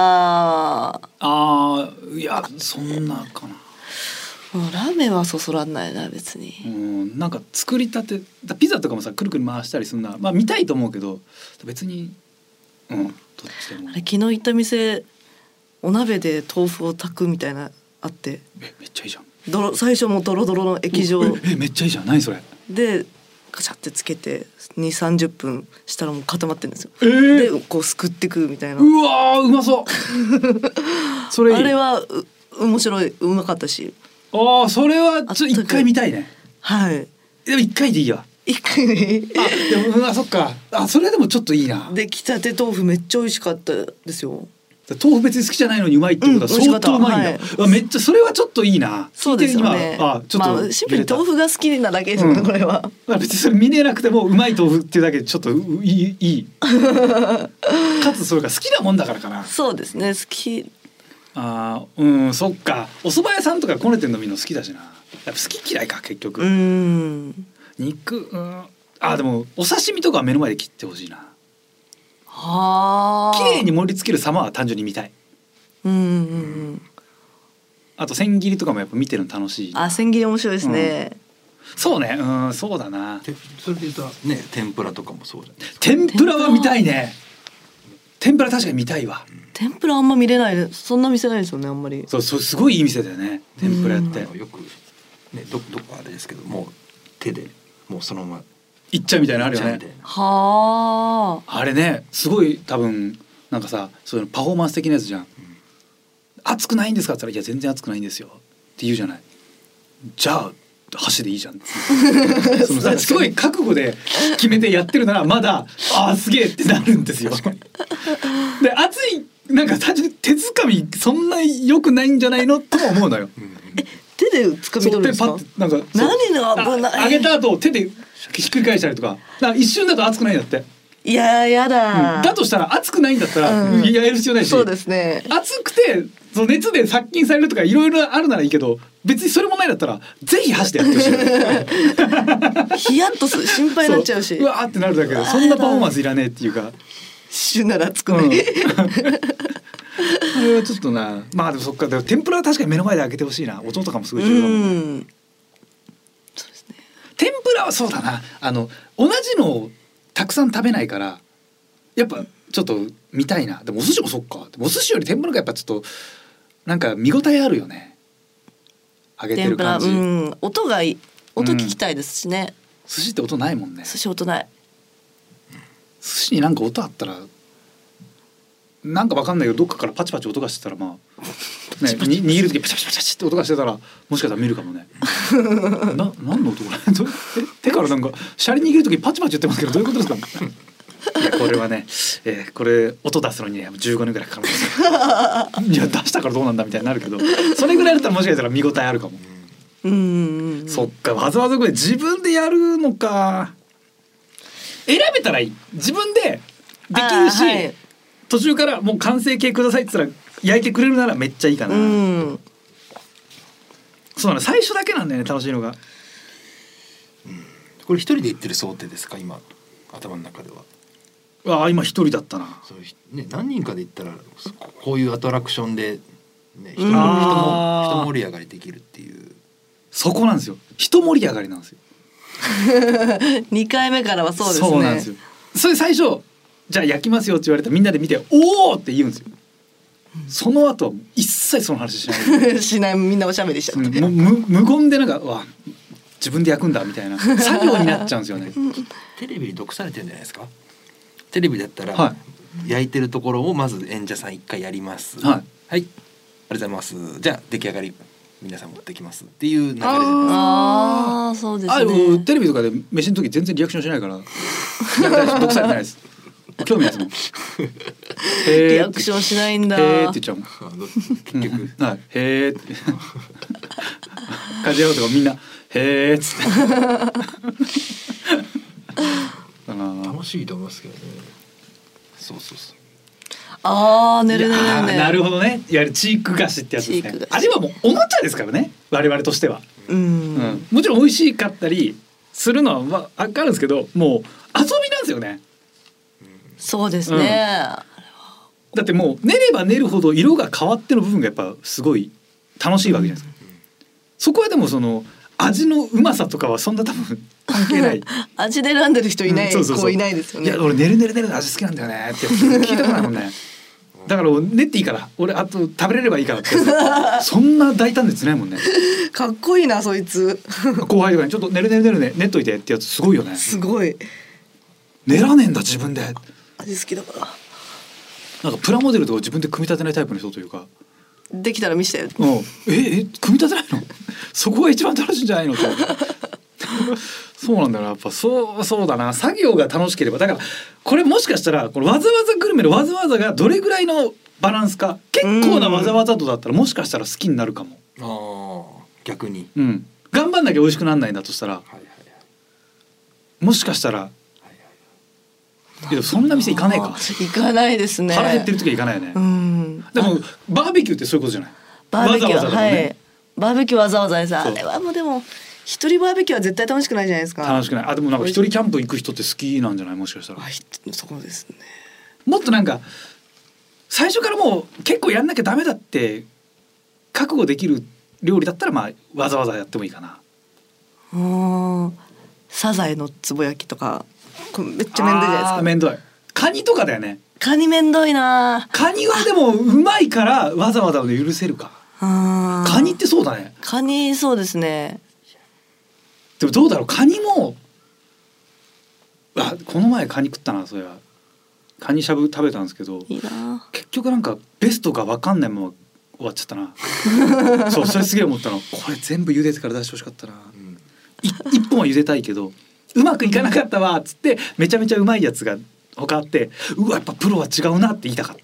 いやそんなかな。 ラーメンはそそらんないな別に。 なんか作りたてピザとかもさくるくる回したりするのはまあ見たいと思うけど別にどっちでも。 あれ昨日行った店お鍋で豆腐を炊くみたいなあって。 めっちゃいいじゃん。 最初もドロドロの液状めっちゃいいじゃん。何それでカチャってつけて2、30分したらもう固まってるんですよ。でこうすくってくみたいな。 うわうまそうそれいい。 あれは面白い、うまかったし。 それはちょっと一回見たいね。 はい。 でも一回でいいわ。 一回でいい。 でもそっか。それでもちょっといいな。 できたて豆腐めっちゃ美味しかったですよ。 豆腐別に好きじゃないのにうまいってことは相当うまいんだ。めっちゃそれはちょっといいな。 そうですよね。 ちょっとシンプルに豆腐が好きなだけですよね、これは。 別にそれ見れなくてもうまい豆腐っていうだけでちょっといい。かつそれが好きなもんだからかな。 そうですね、好き。 そっか。お蕎麦屋さんとかこねてんの見るの好きだしな。やっぱ好き嫌いか結局。肉でもお刺身とかは目の前で切ってほしいな。綺麗に盛り付ける様は単純に見たい。あと千切りとかもやっぱ見てるの楽しい。 千切り面白いですね。 そうね。そうだな。 それで言うとね天ぷらとかもそうじゃない。 天ぷらは見たいね。天ぷら確かに見たいわ。 天ぷらあんま見れない。そんな店ないですよねあんまり。 そうすごいいい店だよね天ぷらって。 よくねどこあれですけどもう手でもうそのままいっちゃうみたいなのあるよね。あれねすごい多分なんかさそういうパフォーマンス的なやつじゃん。熱くないんですかって言ったらいや全然熱くないんですよって言うじゃない。じゃあ箸でいいじゃんそのさすごい覚悟で決めてやってるならまだすげえってなるんですよ。で熱いなんか単純に手づかみそんな良くないんじゃないのとも思うのよ。 手で掴み取るんですか。 なんか何が危ない。 揚げた後手でひっくり返したりとか一瞬だと熱くないんだって。 いややだ、 だとしたら熱くないんだったらやる必要ないし、 そうですね。 熱くてその熱で殺菌されるとかいろいろあるならいいけど別にそれもないんだったらぜひ箸でやってほしい。 ヒヤッと心配になっちゃうし、 うわーってなるだけでそんなパフォーマンスいらねえっていうか一瞬なら熱くない、 あれはちょっとな。まあでもそっか。でも天ぷらは確かに目の前で揚げてほしいな。音とかもすごい重要だもんね。そうですね。天ぷらはそうだな。同じのをたくさん食べないからやっぱちょっと見たいな。でもお寿司もそっか。でもお寿司より天ぷらがやっぱちょっとなんか見応えあるよね。揚げてる感じ。 音がいい。音聞きたいですしね。 寿司って音ないもんね。 寿司音ない。 寿司になんか音あったらなんかわかんないけどどっかからパチパチ音がしてたらまあ、ね、握る時パチパチパチパチって音がしてたらもしかしたら見るかもね。何の音これ手からなんかシャリ握る時パチパチ言ってますけどどういうことですか。いやこれはね、これ音出すのにね15年ぐらいかかるんですよ。いや出したからどうなんだみたいになるけどそれぐらいだったらもしかしたら見応えあるかも。そっか。わざわざこれ自分でやるのか。選べたらいい。自分でできるし、途中からもう完成形くださいって言ったら焼いてくれるならめっちゃいいかな。そうなの。最初だけなんだよね楽しいのが。 これ一人で行ってる想定ですか今頭の中では。 今一人だったな。 そうね、何人かで行ったらこういうアトラクションで、ね、人盛り上がりできるっていう。 そこなんですよ。人盛り上がりなんですよ。 2回目からはそうですね。 そうなんですよ。それ最初じゃあ焼きますよって言われたらみんなで見ておおって言うんですよ。その後は一切その話しないしない。みんなおしゃべりしちゃう。 無言でなんか自分で焼くんだみたいな作業になっちゃうんですよね。 テレビに毒されてるんじゃないですか。テレビだったら、焼いてるところをまず演者さん一回やります。はい、ありがとうございます。じゃあ出来上がり皆さん持ってきますっていう流れで。 そうですね。 テレビとかで飯の時全然リアクションしないから毒されてないです。興味ないですもん。 リアクションしないんだ。 へーって言っちゃうもん。結局、へーって感じやろうとかみんなへーっつって楽しいと思いますけどね。そうそうそう。 寝るなるほどね。いわゆるチーク菓子ってやつですね。あれはもうおもちゃですからね、我々としては。もちろん美味しかったりするのは分かるんですけど、もう遊びなんですよね。 そうですね、 だってもう練れば練るほど色が変わっての部分がやっぱすごい楽しいわけじゃないですか。そこはでもその味のうまさとかはそんな多分関係ない味で選んでる人いない、子いないですよね。 いや俺練るの味好きなんだよねって聞いたことないもんね。だから練っていいから俺あと食べれればいいからってそんな大胆なやつないもんね。 かっこいいなそいつ。 後輩とかにちょっと練っといてってやつすごいよね。 すごい。 練らねえんだ自分で。 味好きだから。 なんかプラモデルとか自分で組み立てないタイプの人というか。 できたら見せてよ。 組み立てないの？そこが一番楽しいんじゃないのと。そうなんだな、やっぱそうだな、作業が楽しければ。だからこれもしかしたらこのわざわざグルメのわざわざがどれぐらいのバランスか、結構なわざわざとだったらもしかしたら好きになるかも。逆に、 頑張んなきゃ美味しくなんないんだとしたら、もしかしたら、けどそんな店行かねえか。 行かないですね。 腹減ってる時は行かないよね。でもバーベキューってそういうことじゃない。 バーベキューわざわざだもんね。 はい。バーベキューわざわざです。あれはもうでも一人バーベキューは絶対楽しくないじゃないですか。 楽しくない。でもなんか一人キャンプ行く人って好きなんじゃない、もしかしたら。 そうですね。 もっとなんか最初からもう結構やんなきゃダメだって覚悟できる料理だったらまあわざわざやってもいいかな。 サザエのつぼ焼きとかこれめっちゃ面倒いじゃないですか。 面倒い。カニとかだよね。 カニ面倒いな。 カニはでもうまいからわざわざ許せるか。カニってそうだね。 カニそうですね。 でもどうだろう、カニもこの前カニ食ったな。それはカニしゃぶ食べたんですけど、 いいな。 結局なんかベストが分かんないまま終わっちゃったな。そう、それすげえ思ったの。これ全部茹でてから出してほしかったな。一本は茹でたいけどうまくいかなかったわっつってめちゃめちゃうまいやつが他あって、やっぱプロは違うなって言いたかった。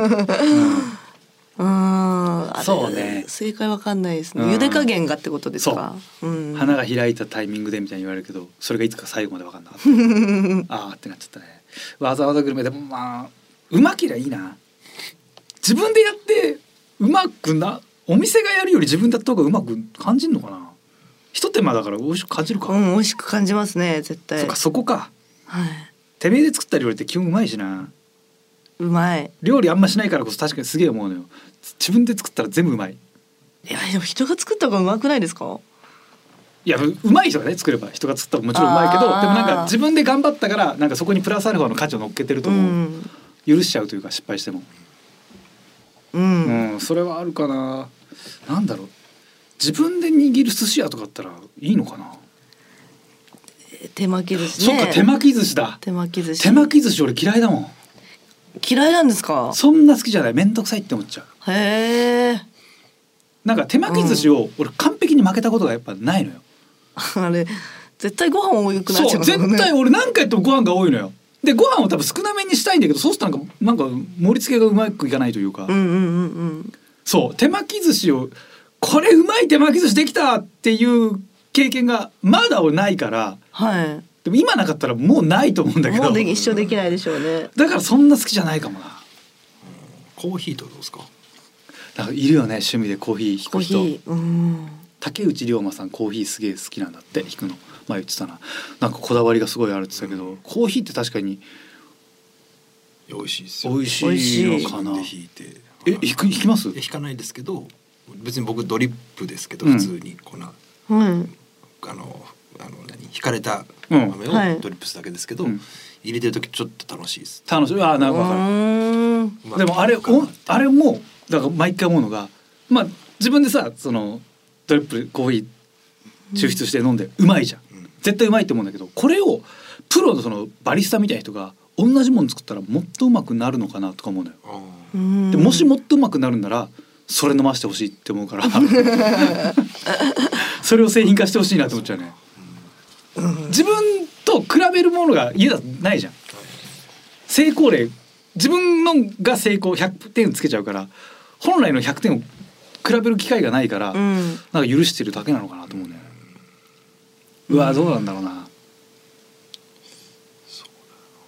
そうね。 正解わかんないですね。茹で加減がってことですか。 花が開いたタイミングでみたいに言われるけど、それがいつか最後までわかんなかったってなっちゃったね。わざわざグルメでもまあうまけりゃいいな。自分でやってうまくな、お店がやるより自分だった方がうまく感じるのかな。一手間だから美味しく感じるか。 美味しく感じますね絶対。 そこか。 はい。 てめえで作った料理って基本うまいしな。 うまい。 料理あんましないからこそ確かにすげえ思うのよ。自分で作ったら全部うまい。 いやでも人が作った方がうまくないですか。 いやうまい人がね作れば人が作ったらもちろんうまいけど、でもなんか自分で頑張ったからなんかそこにプラスアルファの価値を乗っけてると許しちゃうというか、失敗してもそれはあるかな。なんだろう、自分で握る寿司屋とかだったらいいのかな。 手巻き寿司ね。 そっか、手巻き寿司だ。 手巻き寿司。 手巻き寿司俺嫌いだもん。 嫌いなんですか。 そんな好きじゃない。めんどくさいって思っちゃう。 へえ。 なんか手巻き寿司を俺完璧に負けたことがやっぱないのよ。 あれ絶対ご飯多くなっちゃうもんね。 そう絶対俺何回やってもご飯が多いのよ。でご飯を多分少なめにしたいんだけど、そうするとなんか盛り付けがうまくいかないというか、そう手巻き寿司をこれうまい手巻き寿司できたっていう経験がまだ俺ないから、 はい。 でも今なかったらもうないと思うんだけど、 もう一生できないでしょうね。 だからそんな好きじゃないかもな。 コーヒーとどうですか。 なんかいるよね、趣味でコーヒー引く人。 うん竹内涼真さんコーヒーすげえ好きなんだって引くの前言ってたな。なんかこだわりがすごいあるって言ってたけど、コーヒーって確かに美味しいですよ。 美味しいのかな。 引いて引きます？ 引かないですけど、別に僕ドリップですけど、普通に粉、引かれた豆をドリップするだけですけど、入れてる時ちょっと楽しいです。 楽しい。なるほど。でもあれもだから毎回思うのが、まあ自分でさそのドリップコーヒー抽出して飲んでうまいじゃん、絶対うまいと思うんだけど、これをプロのそのバリスタみたいな人が同じもの作ったらもっとうまくなるのかなとか思うのよ。でもしもっとうまくなるんならそれ飲ましてほしいって思うからそれを製品化してほしいなと思っちゃうね。自分と比べるものが家だとないじゃん。成功例自分のが成功100点つけちゃうから、本来の100点を比べる機会がないから、なんか許してるだけなのかなと思うね。うわどうなんだろうな。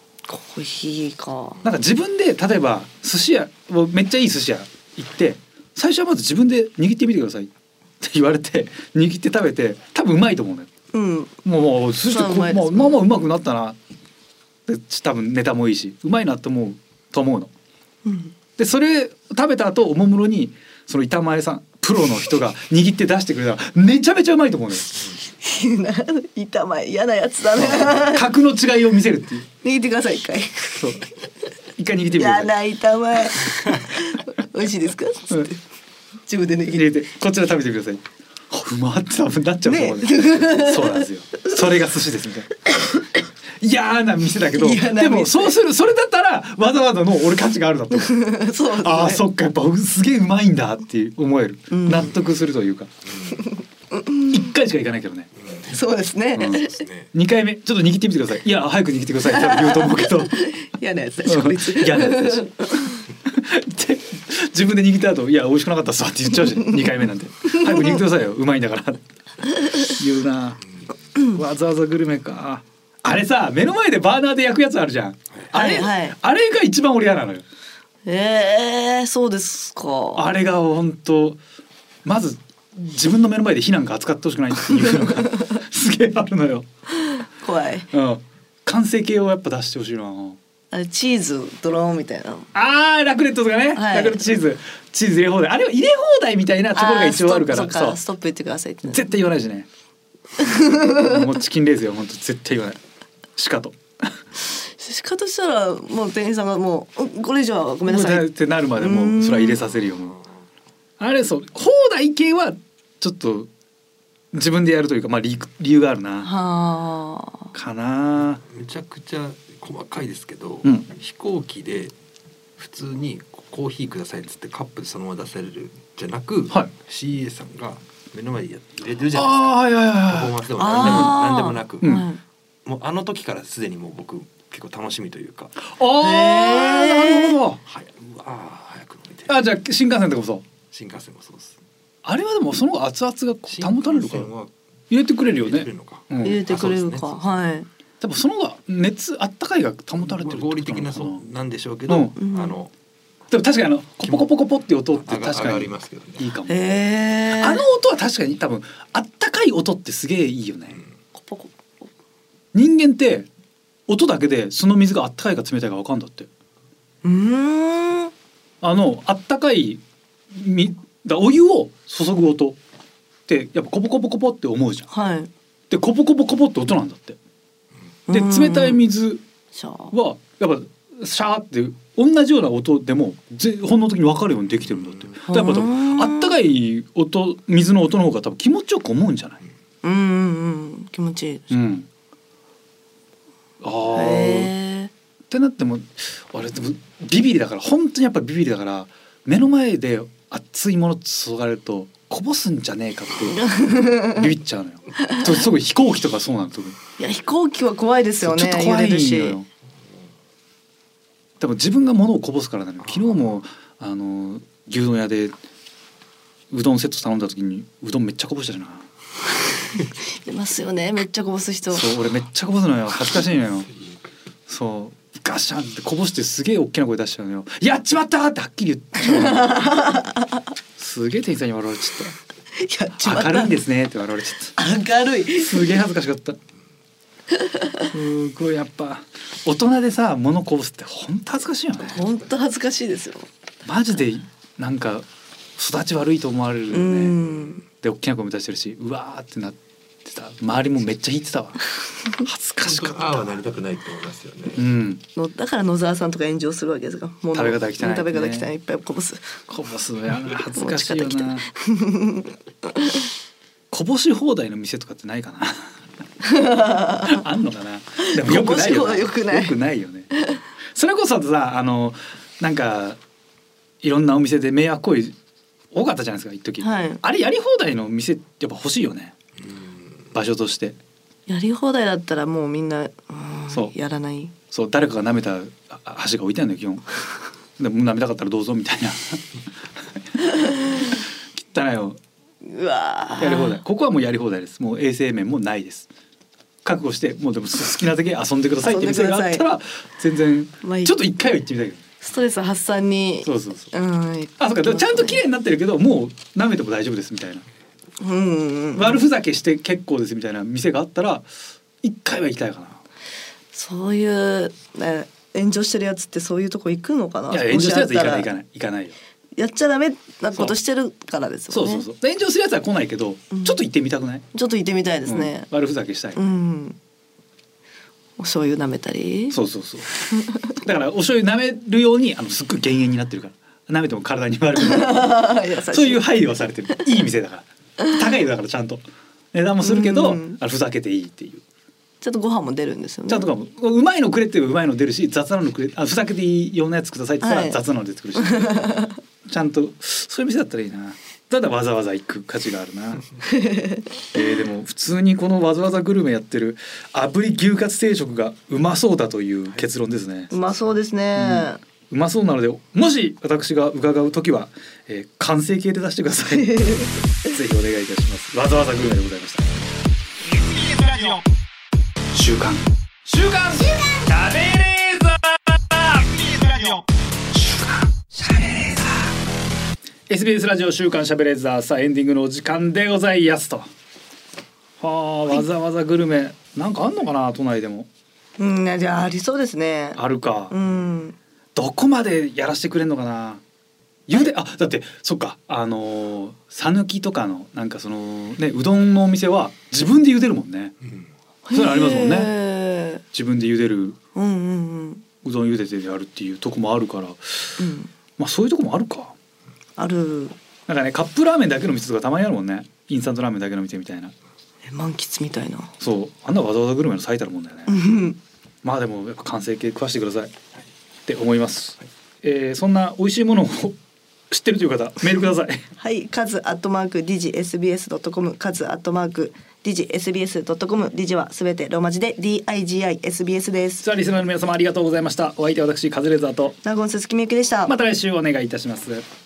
コーヒーか。 なんか自分で例えば寿司屋めっちゃいい寿司屋行って最初はまず自分で握ってみてくださいって言われて握って食べて多分うまいと思うのよ。 うん。 もう寿司ってまあまあうまくなったなで多分ネタもいいしうまいなと思うの。 うん、 でそれ食べた後おもむろにその板前さんプロの人が握って出してくれたらめちゃめちゃうまいと思うのよ。 板前嫌なやつだね。 格の違いを見せるっていう。 握ってください一回。 そう一回握ってみてください。 嫌な板前。美味しいですか？つって、自分で握れてこちら食べてください。うまって多分なっちゃうと思うね。そうなんですよ。それが寿司ですみたいな。嫌な店だけどでもそうするそれだったらわざわざの俺価値があるだとそうですね、ああそっかやっぱすげえうまいんだって思える、うん、納得するというか、1回しか行かないけどね、 そうですね、 2回目ちょっと握ってみてください。いや早く握ってくださいって多分言うと思うけど嫌なやつだしこいつ嫌なやつだしで自分で握った後いや美味しくなかったっすわって言っちゃうし2回目なんて早く握ってくださいようまいんだから言うな。わざわざグルメか。あれさ目の前でバーナーで焼くやつあるじゃん。あれが一番俺嫌なのよ。 そうですか。 あれが本当まず自分の目の前で火なんか扱ってほしくないっていうのがすげえあるのよ。 怖い。 うん。完成形をやっぱ出してほしいな。 あれチーズドローンみたいな。 ラクレットとかね、はい、ラクレットチーズ入れ放題。あれは入れ放題みたいなところが一応あるから。 そうストップ言ってくださいって。 絶対言わないしね。もうチキンレースよ本当絶対言わない。しかとしたらもう店員さんがもうこれ以上はごめんなさいってなるまでもうそれは入れさせるよ。もうあれそう放題系はちょっと自分でやるというかまあ理由があるなはかな。 めちゃくちゃ細かいですけど、 うん、 飛行機で普通にコーヒーくださいっつってカップでそのまま出されるじゃなく、はい、CA さんが目の前で入れてるじゃないですか。パフォーマンスでも何でもなく、もうあの時からすでにもう僕結構楽しみというか。 なるほど。 うわ早く飲みたい。 じゃあ新幹線とかもそう。 新幹線もそうです。 あれはでもその熱々が保たれるから入れてくれるよね。 入れてくれるか。はい。 多分その方が熱あったかいが保たれてる。 合理的なそうなんでしょうけど、 でも確かにコポコポコポって音って確かにいいかも。あの音は確かに多分あったかい音ってすげえいいよね。 コポコポ。 人間って音だけでその水があったかいか冷たいか分かんだって。あったかいお湯を注ぐ音ってやっぱコポコポコポって思うじゃん。 はい。 でコポコポコポって音なんだって。で冷たい水はやっぱシャーって同じような音でも本能的に分かるようにできてるんだって。やっぱあったかい音水の音の方が多分気持ちよく思うんじゃない？ 気持ちいいです。 ってなってもあれでもビビリだから本当にやっぱビビリだから目の前で熱いもの注がれるとこぼすんじゃねえかってビビっちゃうのよ。すごい飛行機とかそうなんですよ。 いや飛行機は怖いですよね。 ちょっと怖いのよ。多分自分が物をこぼすからなのよ。昨日も牛丼屋でうどんセット頼んだ時にうどんめっちゃこぼしたじゃない。 いますよねめっちゃこぼす人。 そう俺めっちゃこぼすのよ。恥ずかしいのよ。そうガシャンってこぼしてすげえ大きな声出しちゃうのよ。やっちまったってはっきり言っちゃう。すげえ店員さんに笑われちゃった。明るいんですねって笑われちゃった。 明るい。 すげえ恥ずかしかった。すごいやっぱ大人でさ物こぼすって本当恥ずかしいよね。 本当恥ずかしいですよ。 マジでなんか育ち悪いと思われるよね。で大きな声も出してるしうわーってなってた。周りもめっちゃ引いてたわ。恥ずかしかった。 ああはなりたくないと思いますよね。 だから野沢さんとか炎上するわけですが。 食べ方汚い、 食べ方汚いいっぱいこぼすのや恥ずかしいよな。こぼし放題の店とかってないかな。あんのかな。でもよくないよね。よくないよね。それこそさなんかいろんなお店で迷惑行為多かったじゃないですか一時、はい、あれやり放題の店やっぱ欲しいよね。場所としてやり放題だったらもうみんなやらない。 そう誰かが舐めた箸が置いてあるんだよ基本。でも舐めたかったらどうぞみたいな。汚いよ。 うわやり放題。ここはもうやり放題です。もう衛生面もないです。 覚悟してもうでも好きなだけ遊んでくださいって店があったら全然ちょっと一回は行ってみたいけど、 ストレス発散にそう、あ、そうか、ちゃんと綺麗になってるけどもう舐めても大丈夫ですみたいな、悪ふざけして結構ですみたいな店があったら一回は行きたいかな。 そういう、炎上してるやつってそういうとこ行くのかな。 いや炎上してるやつは行かないよ。 やっちゃダメなことしてるからですよね。 そう炎上するやつは来ないけど、ちょっと行ってみたくない？ ちょっと行ってみたいですね。 悪ふざけしたい。 お醤油舐めたり。 そうだからお醤油舐めるようにすっごい減塩になってるから舐めても体に悪くなるそういう配慮はされてる。いい店だから高いだからちゃんと値段もするけどふざけていいっていう。 ちょっとご飯も出るんですよね。 ちゃんとうまいのくれってうまいの出るし、雑なのくれふざけていいようなやつくださいって言ったら雑なの出てくるし、ちゃんとそういう店だったらいいな。ただわざわざ行く価値があるな。でも普通にこのわざわざグルメやってる炙り牛カツ定食がうまそうだという結論ですね。 うまそうですね。 うまそうなのでもし私が伺うときは、完成形で出してください。ぜひお願いいたします。わざわざグルメでございました。週刊しゃべれーザー SBS ラジオ週刊しゃべれーザー、さあエンディングのお時間でございますと。はあ、わざわざグルメなんかあんのかな都内でも。 じゃあありそうですね。 あるか。どこまでやらせてくれんのかな。だってそっかさぬきとかのなんかねうどんのお店は自分で茹でるもんね。そういうのありますもんね。自分で茹でる、うどん茹でてやるっていうとこもあるから、まあそういうとこもあるか。 ある。 なんかねカップラーメンだけの店とかたまにあるもんね。インスタントラーメンだけの店みたいな。 満喫みたいな。 そうあんなわざわざグルメの最たるもんだよね。まあでもやっぱ完成形食わしてくださいって思います。そんな美味しいものを知ってるという方メールください。 はい、カズ@digisbs.com、カズ@digisbs.com、ディジはすべてローマ字で DIGISBS です。 さあリスナーの皆様ありがとうございました。お相手は私カズレーザーと納言鈴木みゆきでした。 また来週お願いいたします。